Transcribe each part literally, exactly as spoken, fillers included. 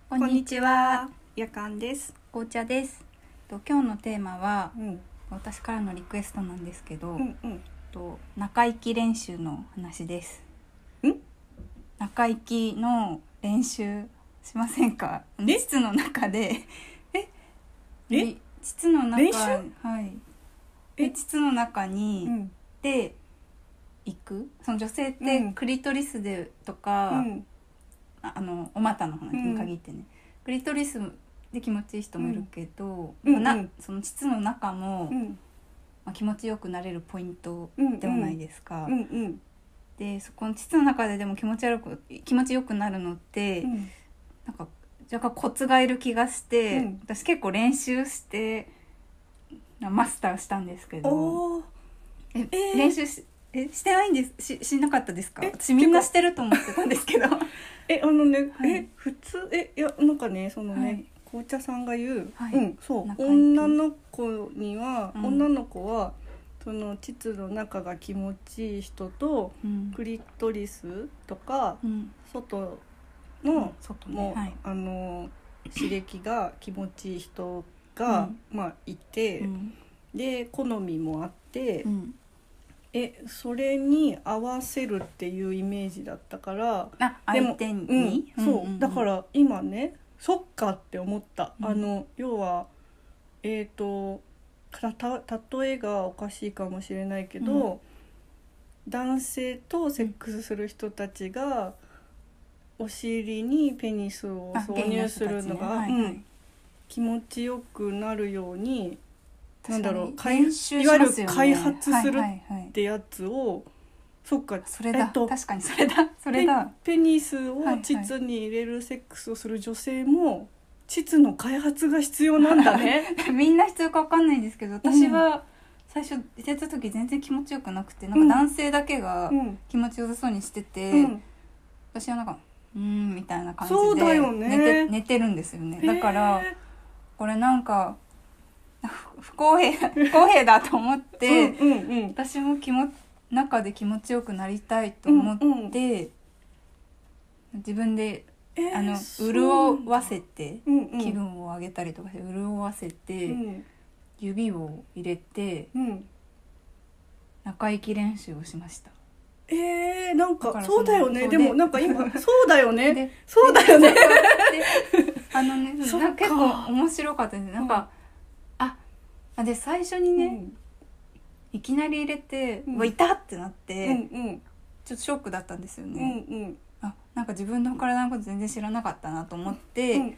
こんにちは、 やかんです。 紅茶です。と今日のテーマは、 うん、 私からのリクエストなんですけど、 うんうん、 と中息き練習の話です。 ん？ 中息きの練習しませんか？膣の中でええ膣の中練習？ はい。 え膣の中に、 うん、 で行く。その女性っうてんクリトリスでとか、 うんああのお股の話に限ってね、うん、クリトリスで気持ちいい人もいるけど、 うんうん、 なその膣の中も、 うんまあ、気持ちよくなれるポイントではないですか、 うんうん、 でそこの膣の中ででも気持ち悪く気持ちよくなるのって、うん、なんか若干コツがいる気がして、うん、私結構練習してマスターしたんですけど、え、えー、練習しえしてないんですししなかったですか？私みんなしてると思ってたんですけどえあのね、 はい、 え普通えいやなんかねそのね、はい、紅茶さんが言う、 はい、 うんそう女の子には、うん、女の子はその膣の中が気持ちいい人と、うん、クリトリスとか、うん、外の、うん、外ね、もう、はい、あの刺激が気持ちいい人が、うん、まあいて、うん、で好みもあって、うんえそれに合わせるっていうイメージだったからあ相手に、 うん、そう、うんうんうん、だから今ねそっかって思った、うん、あの要はえーとた例えがおかしいかもしれないけど、うん、男性とセックスする人たちがお尻にペニスを挿入するのが、ねはいはいうん、気持ちよくなるようになんだろう開いわゆる開発するってやつを、はいはいはい、そっかそれだ、えっと、確かにそれだそれだペ, ペニスを膣に入れるセックスをする女性も膣の開発が必要なんだねみんな必要か分かんないんですけど私は最初やった時全然気持ちよくなくて、うん、なんか男性だけが気持ちよさそうにしてて、うん、私はなんかうーんみたいな感じでそうだよね、 寝て、寝てるんですよね。だからこれなんか不公平不公平だと思ってうんうん、うん、私も気も中で気持ちよくなりたいと思って、うんうん、自分で、えー、あの潤わせて、うんうん、気分を上げたりとかして潤わせて、うん、指を入れて、うん、中息練習をしました。 えー、なんかそうだよねでもなんか今そうだよねそうだよねあのね結構面白かったですなんか、うん、あで最初にね、うん、いきなり入れて、うん、うわいたってなって、うんうん、ちょっとショックだったんですよね、うんうん、あなんか自分の体のこと全然知らなかったなと思って、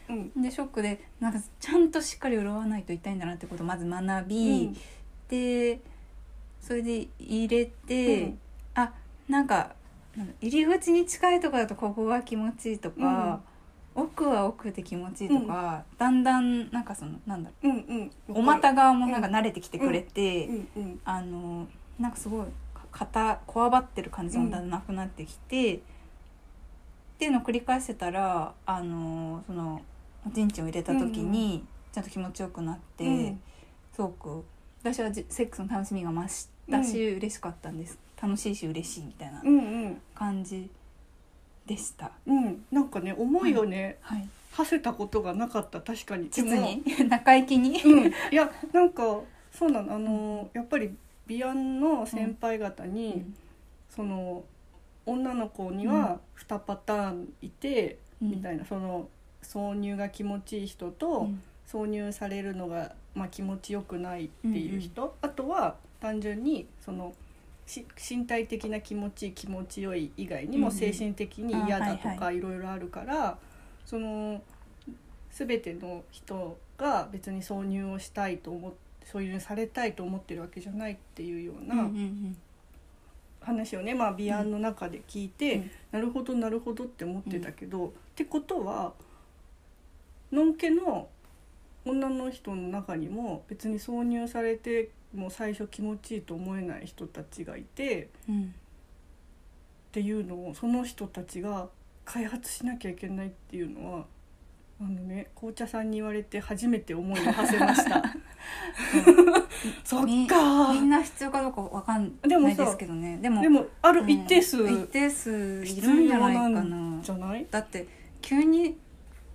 うんうん、でショックでなんかちゃんとしっかり潤わないと痛いんだなってことをまず学び、うん、でそれで入れて、うん、あなんか入り口に近いところだとここが気持ちいいとか、うん、奥は奥で気持ちいいとか、うん、だんだんなんかそのなんだろう、うんうん、お股側もなんか慣れてきてくれて、うんうん、あのなんかすごい肩こわばってる感じもだんだんなくなってきて、うん、っていうのを繰り返してたらあのそのおちんちんを入れた時にちゃんと気持ちよくなって、うん、すごく私はセックスの楽しみが増したし、うん、嬉しかったんです。楽しいし嬉しいみたいな感じでした、 うんうん、なんかね思いをね、はいはい、馳せたことがなかった確かに実に中行きに、 うん、いやなんかそうなのあの、うん、やっぱり美容の先輩方に、うん、その女の子にはにパターンいて、うん、みたいなその挿入が気持ちいい人と、うん、挿入されるのが、まあ、気持ちよくないっていう人、うんうん、あとは単純にその身体的な気持ちいい気持ちよい以外にも精神的に嫌だとかいろいろあるから、うんうんはいはい、その全ての人が別に挿入をしたいと思って挿入されたいと思ってるわけじゃないっていうような話をね、まあ、美案の中で聞いて、うん、なるほどなるほどって思ってたけど、うん、ってことはのんけの女の人の中にも別に挿入されてもう最初気持ちいいと思えない人たちがいて、うん、っていうのをその人たちが開発しなきゃいけないっていうのはあのね紅茶さんに言われて初めて思いを馳せましたそっかみ, みんな必要かどうか分かんないですけどねでもでもある一定数、 うん、一定数いるんじゃないかなじゃないだって急に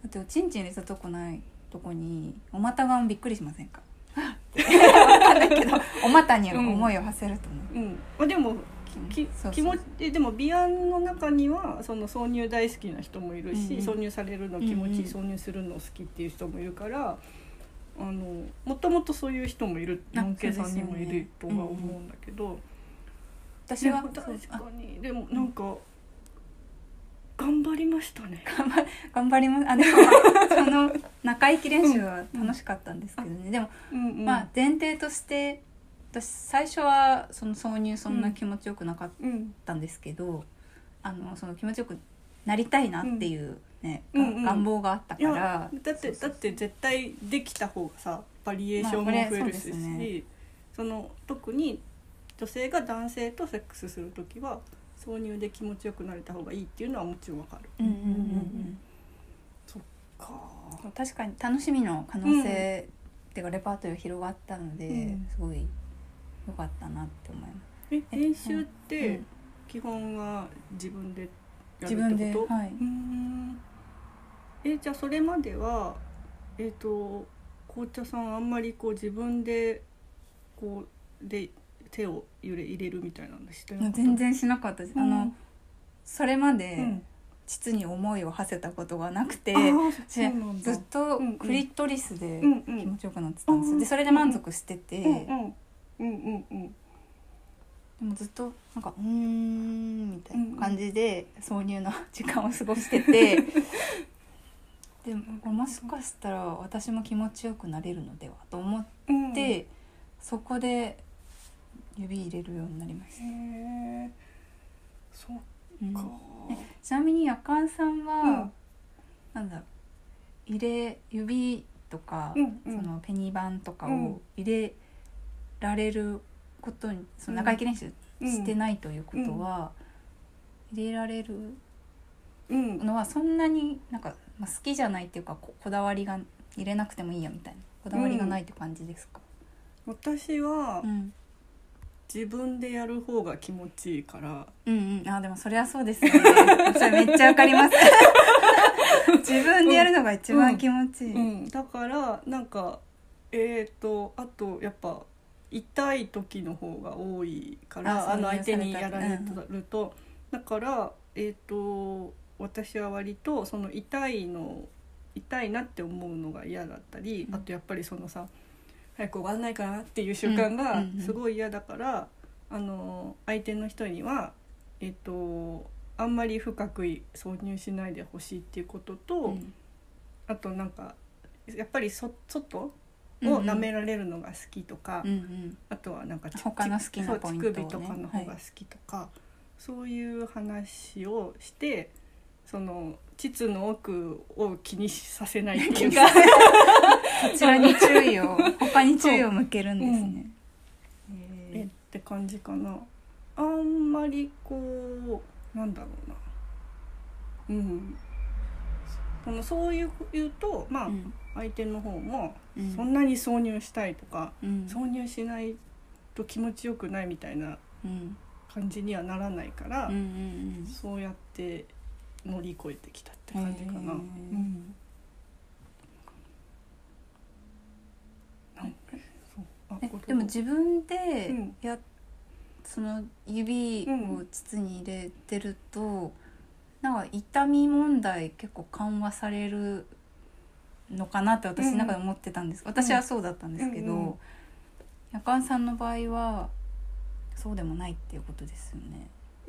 だっておちんちん入れたとこないとこにお股がびっくりしませんか分かんないけどお股に思いを馳せると思う、 うんうん、でもき気持ちでもビアンの中にはその挿入大好きな人もいるし、うんうん、挿入されるの気持ちいい、うんうん、挿入するの好きっていう人もいるから、あのもともとそういう人もいる、のんけさんにもいるとは思うんだけど、うんうん、 私は確かにでもなんか頑張りましたね。 頑張頑張ります。あでもその中息練習は楽しかったんですけどね、うんうん、でも、うんうん、まあ前提として私最初はその挿入そんな気持ちよくなかったんですけど、うん、あのその気持ちよくなりたいなっていうね、うんうんうん、願望があったから。 だってだって絶対できた方がさバリエーションも増えるし、まあ そ, ね、その特に女性が男性とセックスするときは挿入で気持ちよくなれた方がいいっていうのはもちろんわかる。 うんうんうんうん、 そっか。 確かに楽しみの可能性っていうかレパートリーが広がったので、うん、すごい良かったなって思います。 え練習って基本は自分でやるってこと？自分で、はい、うーんえじゃあそれまではえっと紅茶さんあんまりこう自分でこうで手を揺れ入れるみたいなのしてなかった？ 全然しなかったです、うん、あのそれまで膣に思いを馳せたことがなくて、うん、ずっとクリトリスで気持ちよくなってたんですよ、うんうん、でそれで満足してて、うんうんうんうん、でもずっとなんかうーんみたいな感じで挿入の時間を過ごしててでももしかしたら私も気持ちよくなれるのではと思って、うん、そこで指入れるようになりました。 へー、そっか、うん、 ちなみにやかんさんは、うん、なんだろう入れ指とか、うんうん、そのペニバンとかを入れられることに、その中息練習してないということは、うん、入れられるのはそんなになんか、まあ、好きじゃないっていうか こ, こだわりが入れなくてもいいやみたいなこだわりがないって感じですか？ うん、私は、うん自分でやる方が気持ちいいから、 うんうん、あでもそれはそうですよねそれめっちゃわかります自分でやるのが一番気持ちいい、うんうん、だからなんかえーとあとやっぱ痛い時の方が多いからあの相手にやられると、うん、だからえーと私は割とその痛いの痛いなって思うのが嫌だったり、うん、あとやっぱりそのさ早く終わんないかなっていう習慣がすごい嫌だから、うんうんうん、あの相手の人には、えっと、あんまり深く挿入しないでほしいっていうことと、うん、あとなんかやっぱりそ外を舐められるのが好きとか、うんうん、あとはなんか他の好きなポイントを、ね、 乳首とかの方が好きとか、はい、そういう話をしてその膣の奥を気にさせないっていうかそちらに注意を他に注意を向けるんですね、 うん、えって感じかな。あんまりこうなんだろうな、うんそのそういう言うとまあ、うん、相手の方もそんなに挿入したいとか、うん、挿入しないと気持ちよくないみたいな感じにはならないから、うんうんうん、そうやって乗り越えてきたって感じかな、うん、 えでも自分でや、うん、その指を膣に入れてると、うん、なんか痛み問題結構緩和されるのかなって私の中で思ってたんです、うん、私はそうだったんですけど、うんうん、やかんさんの場合はそうでもないっていうことですよね。 うん、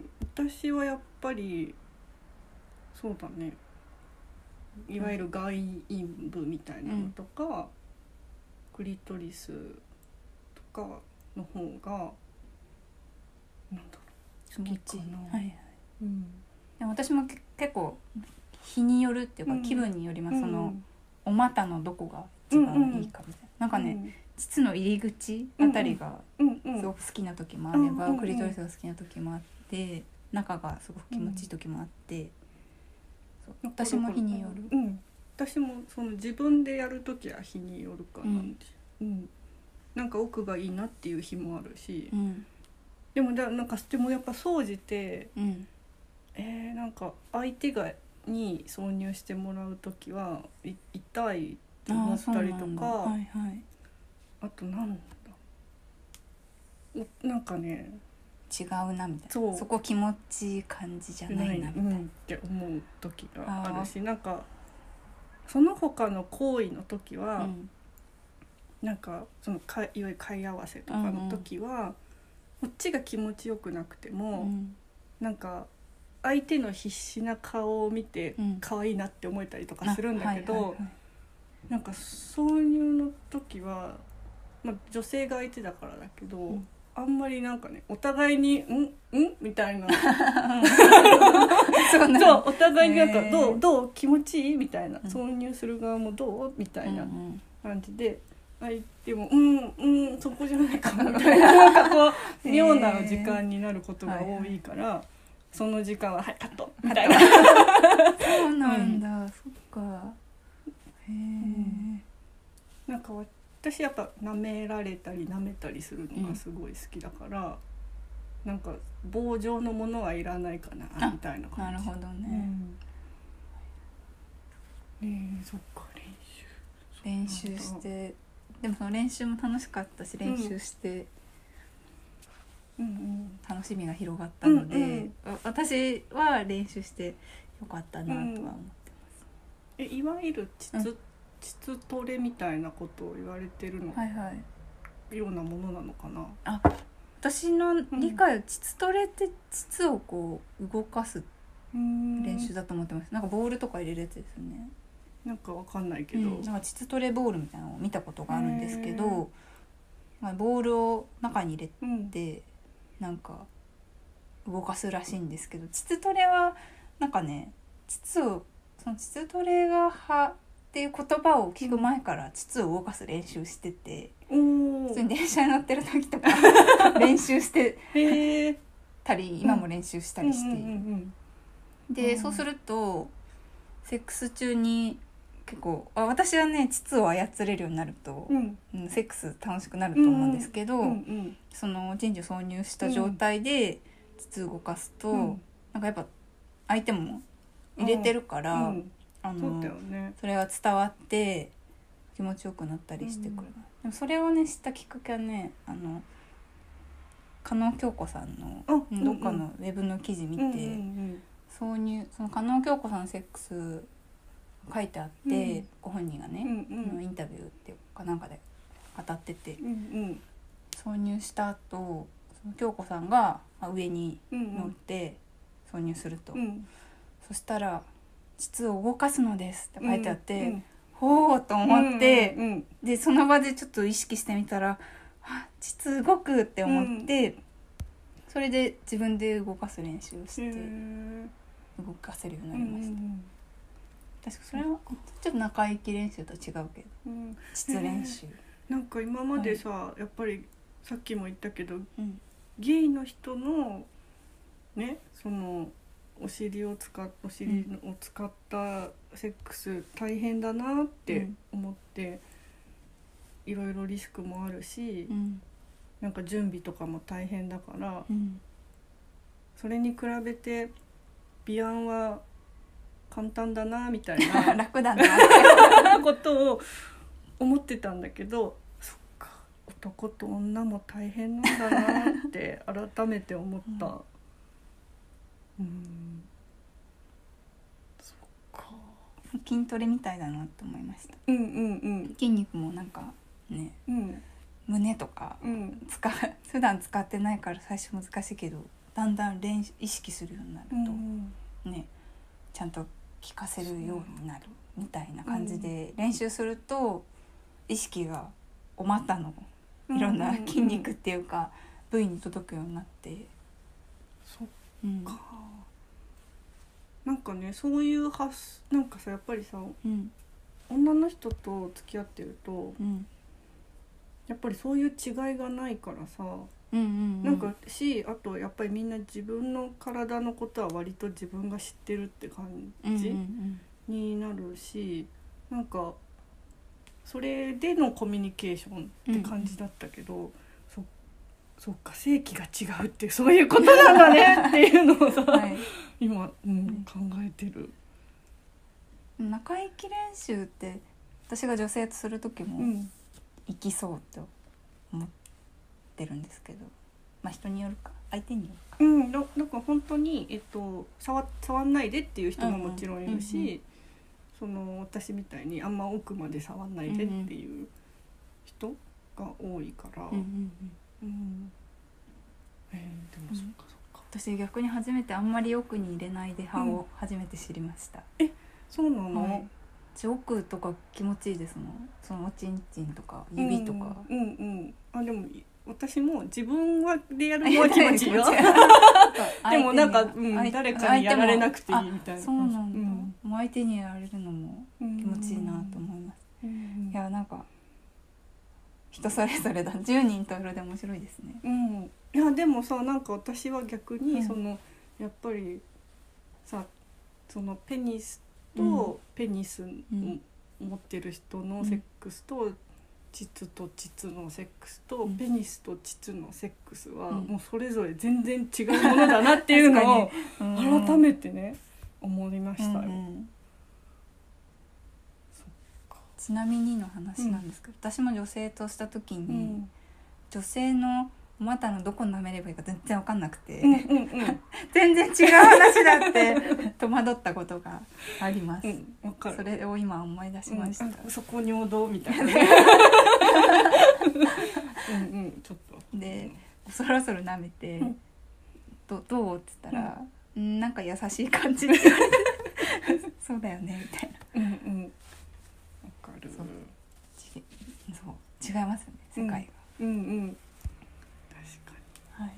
私はやっぱりそうだね、いわゆる外陰部みたいなのとか、うん、クリトリスとかの方がなんだろう好きかな、はいはいうん、でも私も結構日によるっていうか、うん、気分によります、その、うん、お股のどこが一番いいかみたいな、うん、なんかね、うん、膣の入り口あたりがすごく好きな時もあれば、うん、クリトリスが好きな時もあって中がすごく気持ちいい時もあって、うん、私も日による、 うん、私もその自分でやる時は日によるかな、うんうん、なんか奥がいいなっていう日もあるし、うん、でもだなんかでもやっぱ総じて、うん、えー、なんか相手がに挿入してもらう時はい痛いって思ったりとか、あ,、はいはい、あとなんだなんかね違うなみたいな、そう、そこ気持ちいい感じじゃないなみたいな、うん、 って思う時があるし、なんかその他の行為の時は、うん、なんかそのかいわゆる貝合わせとかの時は、うんうん、こっちが気持ちよくなくても、うん、なんか相手の必死な顔を見て可愛いなって思えたりとかするんだけど、うんはいはいはい、なんか挿入の時は、まあ、女性が相手だからだけど、うん、あんまりなんかねお互いにんんみたいなそうなんそうお互いになんかどうどう気持ちいいみたいな、うん、挿入する側もどうみたいな感じで、相手もうんうんそこじゃないかもみたいななんかこう妙な時間になることが多いから、はいはい、その時間ははいカットみたいなそうなんだ、うん、そっかへえ、うん、 なんか私やっぱ舐められたり舐めたりするのがすごい好きだから、うん、なんか棒状のものはいらないかなみたいな感じ。 なるほどね、 うん、えー、そっか練習練習してでもその練習も楽しかったし練習して、うんうん、楽しみが広がったので、うんうん、私は練習してよかったなとは思ってます、 うん、えいわゆる膣、うん膣トレみたいなことを言われてるの、はいはい、ようなものなのかな。 あ、私の理解は膣トレって膣をこう動かす練習だと思ってます。なんかボールとか入れるやつですよね。 なんかわかんないけど、うん、 なんか膣トレボールみたいなのを見たことがあるんですけど、まあ、ボールを中に入れて、うん、なんか動かすらしいんですけど、膣トレはなんかね膣をその膣トレがはっていう言葉を聞く前から膣を動かす練習してて、普通に電車に乗ってる時とか練習してたり今も練習したりして、うんうんうんうん、でそうするとセックス中に結構あ私はね膣を操れるようになると、うんうん、セックス楽しくなると思うんですけど、うんうん、そのチンジを挿入した状態で膣を動かすと、うん、なんかやっぱ相手も入れてるから、うん、あの そうだよね、それが伝わって気持ちよくなったりしてくる、うん、でもそれをね知ったきっかけはねあの加納京子さんのどっかのウェブの記事見て、うんうん、挿入その加納京子さんのセックス書いてあって、うん、ご本人がね、うんうん、インタビューっていうかなんかで語ってて、うんうん、挿入した後その京子さんが上に乗って挿入すると、うん、そしたら膣を動かすのですって書いてあって、うんうん、ほーと思って、うんうん、でその場でちょっと意識してみたらあ膣動くって思って、うん、それで自分で動かす練習をして動かせるようになりました、うんうん、確かそれはちょっと中行き練習とは違うけど、うん、膣練習、 なんか今までさ、はい、やっぱりさっきも言ったけど、うん、ゲイの人のねそのお尻を使っお尻を使ったセックス大変だなって思って、うん、いろいろリスクもあるし、うん、なんか準備とかも大変だから、うん、それに比べてビアンは簡単だなみたいな楽だなことを思ってたんだけど、そっか男と女も大変なんだなって改めて思った、うんうん、そっか筋トレみたいだなって思いました、 うんうんうん、 筋肉もなんかね、うん、胸とか、うん、使普段使ってないから最初難しいけどだんだん練習意識するようになると、うんうん、ねちゃんと効かせるようになるみたいな感じで練習すると意識がお股のいろんな筋肉っていうか部位に届くようになって、 そっか、うん、なんかねそういう発なんかさやっぱりさ、うん、女の人と付き合ってると、うん、やっぱりそういう違いがないからさ、うんうんうん、なんかしあとやっぱりみんな自分の体のことは割と自分が知ってるって感じになるし、うんうんうん、なんかそれでのコミュニケーションって感じだったけど、うん、そ, そっか性器が違うってそういうことなんだねっていうのをさ、はい、今、うん、考えてる。 中息練習って私が女性とする時もいきそうと思ってるんですけど、まあ人によるか相手によるか。 うん、だだから本当に、えっと、触, 触んないでっていう人ももちろんいるし、うんうん、その私みたいにあんま奥まで触んないでっていう人が多いから、うんうんうん、えー、でもそっかそっか、 うん、私逆に初めてあんまり奥に入れないで派を初めて知りました、 うん、え、そうなの？ はい、奥とか気持ちいいですもん、そのおちんちんとか指とか、 うんうんうん、あでも私も自分はでやるのは気持ちいいよでもなんか、うん、誰かにやられなくていいみたいな。 そうなんだ、うん、相手にやられるのも気持ちいいなと思います、うん、いやなんか人それぞれだ、じゅうにんといるで面白いですね、 うん、いやでもさ、なんか私は逆にその、うん、やっぱりさ、そのペニスとペニスを持ってる人のセックスと、うん膣と膣のセックスと、うん、ペニスと膣のセックスはもうそれぞれ全然違うものだなっていうのを改めてね思いましたよ、うんうん、 そっか。ちなみにの話なんですけど、うん、私も女性とした時に、うん、女性のお股のどこ舐めればいいか全然分かんなくて、うんうんうん、全然違う話だって戸惑ったことがあります、うん、分かる。それを今思い出しました、 うん、そこ尿道みたいなうんうん、ちょっとでそろそろ舐めて、うん、ど, どうって言ったら、うん、なんか優しい感じでそうだよねみたいな、うんうん、 分かる。 そうそう違いますよね世界が、 うん、うんうんはい、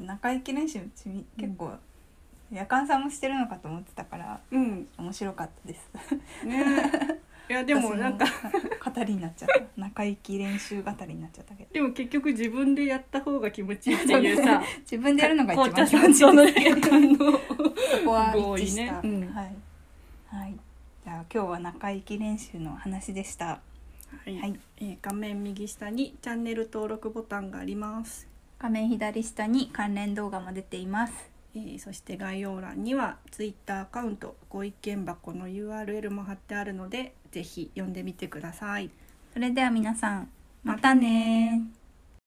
中息練習結構、うん、夜間さんもしてるのかと思ってたから、うん、面白かったですね。 いやでもなんか語りになっちゃった中息練習語りになっちゃったけど、 でも結局自分でやった方が気持ちいいっていうさ自分でやるのが一番気持ちいいの夜間のそこは一致した、ね、うん、はい、はい、じゃあ今日は中息練習の話でした。 はい、はい、えー、画面右下にチャンネル登録ボタンがあります。 画面左下に関連動画も出ています、 えー、そして概要欄には Twitter アカウントご意見箱の ユーアールエル も貼ってあるのでぜひ読んでみてください。 それでは皆さんまたね。